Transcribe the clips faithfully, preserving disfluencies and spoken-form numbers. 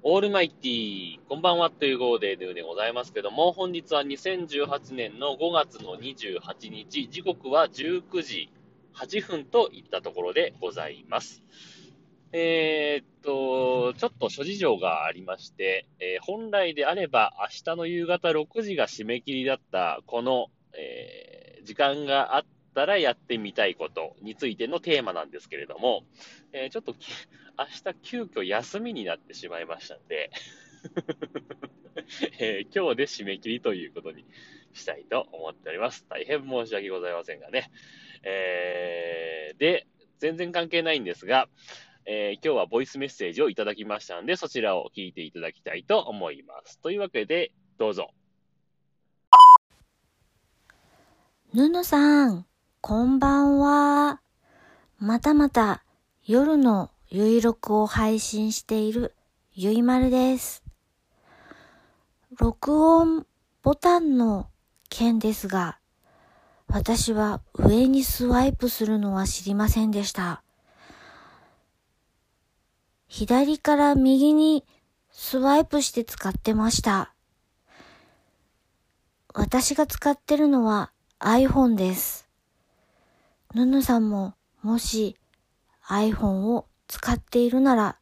オールマイティー、こんばんはという号ででございますけども、本日はにせんじゅうはちねんのごがつのにじゅうはちにち、時刻はじゅうくじはっぷんといったところでございます。えーっと、ちょっと諸事情がありまして、えー本来であれば明日の夕方ろくじが締め切りだったこの、えー時間があったらやってみたいことについてのテーマなんですけれども、えーちょっとき明日急遽休みになってしまいましたので、えー今日で締め切りということにしたいと思っております。大変申し訳ございませんがね。えーで、全然関係ないんですが、えー今日はボイスメッセージをいただきましたので、そちらを聞いていただきたいと思います。というわけで、どうぞ。 ぬぬさん、こんばんは。またまた夜のゆいろくを配信しているゆいまるです。録音ボタンの件ですが、私は上にスワイプするのは知りませんでした。左から右にスワイプして使ってました。私が使ってるのは iPhone です。ぬぬさんももし iPhone を使っているなら、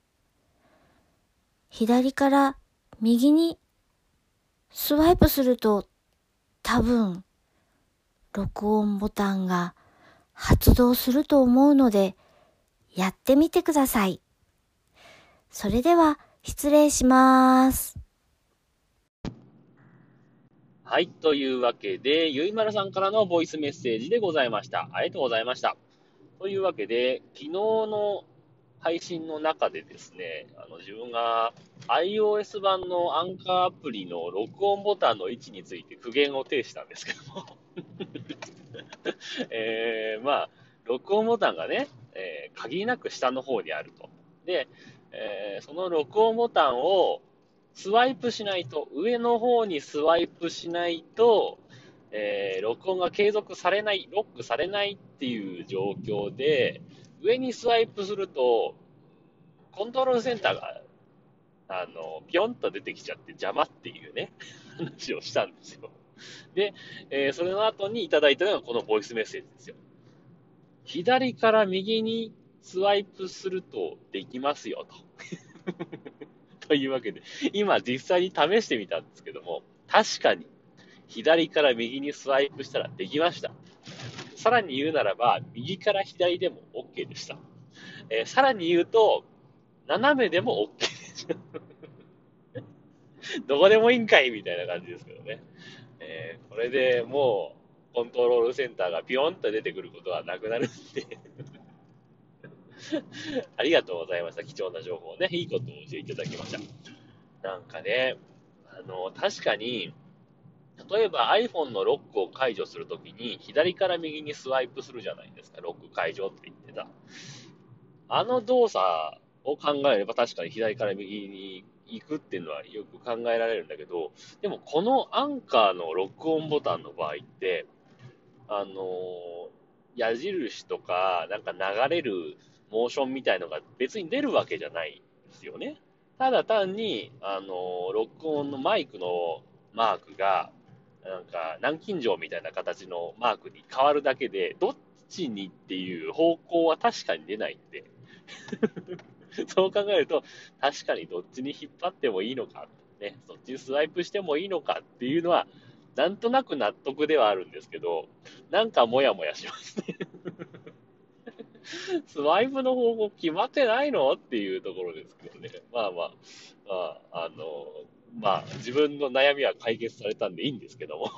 左から右にスワイプすると多分録音ボタンが発動すると思うのでやってみてください。それでは失礼します。 はい。というわけで、ゆいまるさんからのボイスメッセージでございました。ありがとうございました。というわけで、昨日の配信の中でですね、あの自分が iOS 版のアンカーアプリの録音ボタンの位置について苦言を呈したんですけども、えー、まあ、録音ボタンがね、えー限りなく下の方にあると。で、えーその録音ボタンをスワイプしないと、上の方にスワイプしないと、えー録音が継続されない、ロックされないっていう状況で、上にスワイプすると、コントロールセンターが、あの、ピョンと出てきちゃって邪魔っていうね、話をしたんですよ。で、えーそれの後にいただいたのがこのボイスメッセージですよ。左から右にスワイプするとできますよと。というわけで、今実際に試してみたんですけども、確かに左から右にスワイプしたらできました。さらに言うならば、右から左でも OK でした。えーさらに言うと、斜めでも OK でした。どこでもいいんかいみたいな感じですけどね。えーこれでもう、コントロールセンターがピヨンと出てくることはなくなるんでありがとうございました。貴重な情報をね、いいことを教えていただきました。なんかね、あの、確かに、例えば iPhone のロックを解除するときに、左から右にスワイプするじゃないですか。ロック解除って言ってた。あの動作を考えれば確かに左から右に行くっていうのはよく考えられるんだけど、でもこのアンカーの録音ボタンの場合って、あのー矢印とか、なんか流れるモーションみたいのが別に出るわけじゃないんですよね。ただ単に、あのー録音のマイクのマークが、なんか南京錠みたいな形のマークに変わるだけで、どっちにっていう方向は確かに出ないんで、そう考えると、確かにどっちに引っ張ってもいいのか、ね、そっちにスワイプしてもいいのかっていうのは、なんとなく納得ではあるんですけど、なんかモヤモヤしますね。スワイプの方向決まってないのっていうところですけどね。まあまあ、まあ、あの、まあ、自分の悩みは解決されたんでいいんですけども。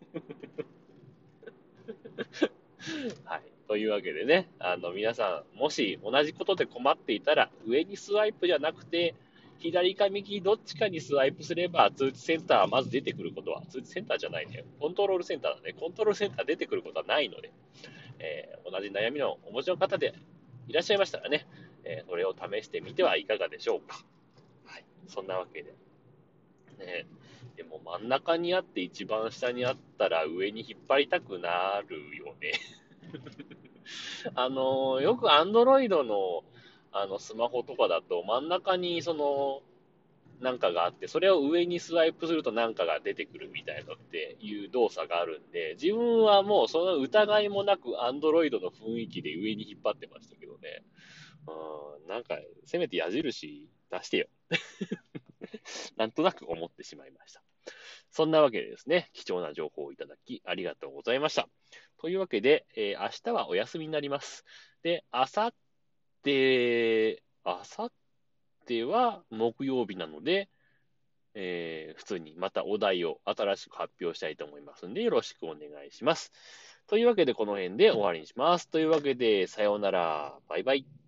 はい。というわけでね、あの、皆さん、もし同じことで困っていたら、上にスワイプじゃなくて、左か右どっちかにスワイプすれば、通知センターはまず出てくることは、通知センターじゃないね。コントロールセンターだね。コントロールセンター出てくることはないので、えー同じ悩みのお持ちの方でいらっしゃいましたらね、えーそれを試してみてはいかがでしょうか。はい。そんなわけで。ね、でも真ん中にあって一番下にあったら上に引っ張りたくなるよね。あの、よく Android のあのスマホとかだと真ん中にそのなんかがあって、それを上にスワイプするとなんかが出てくるみたいなっていう動作があるんで、自分はもうその疑いもなく Android の雰囲気で上に引っ張ってましたけどね。うん、なんか、せめて矢印出してよ。なんとなく思ってしまいました。そんなわけでですね、貴重な情報をいただきありがとうございました。というわけで、えー明日はお休みになります。で、あさって、あさっては木曜日なので、えー普通にまたお題を新しく発表したいと思いますんで、よろしくお願いします。というわけで、この辺で終わりにします。というわけで、さようなら。バイバイ。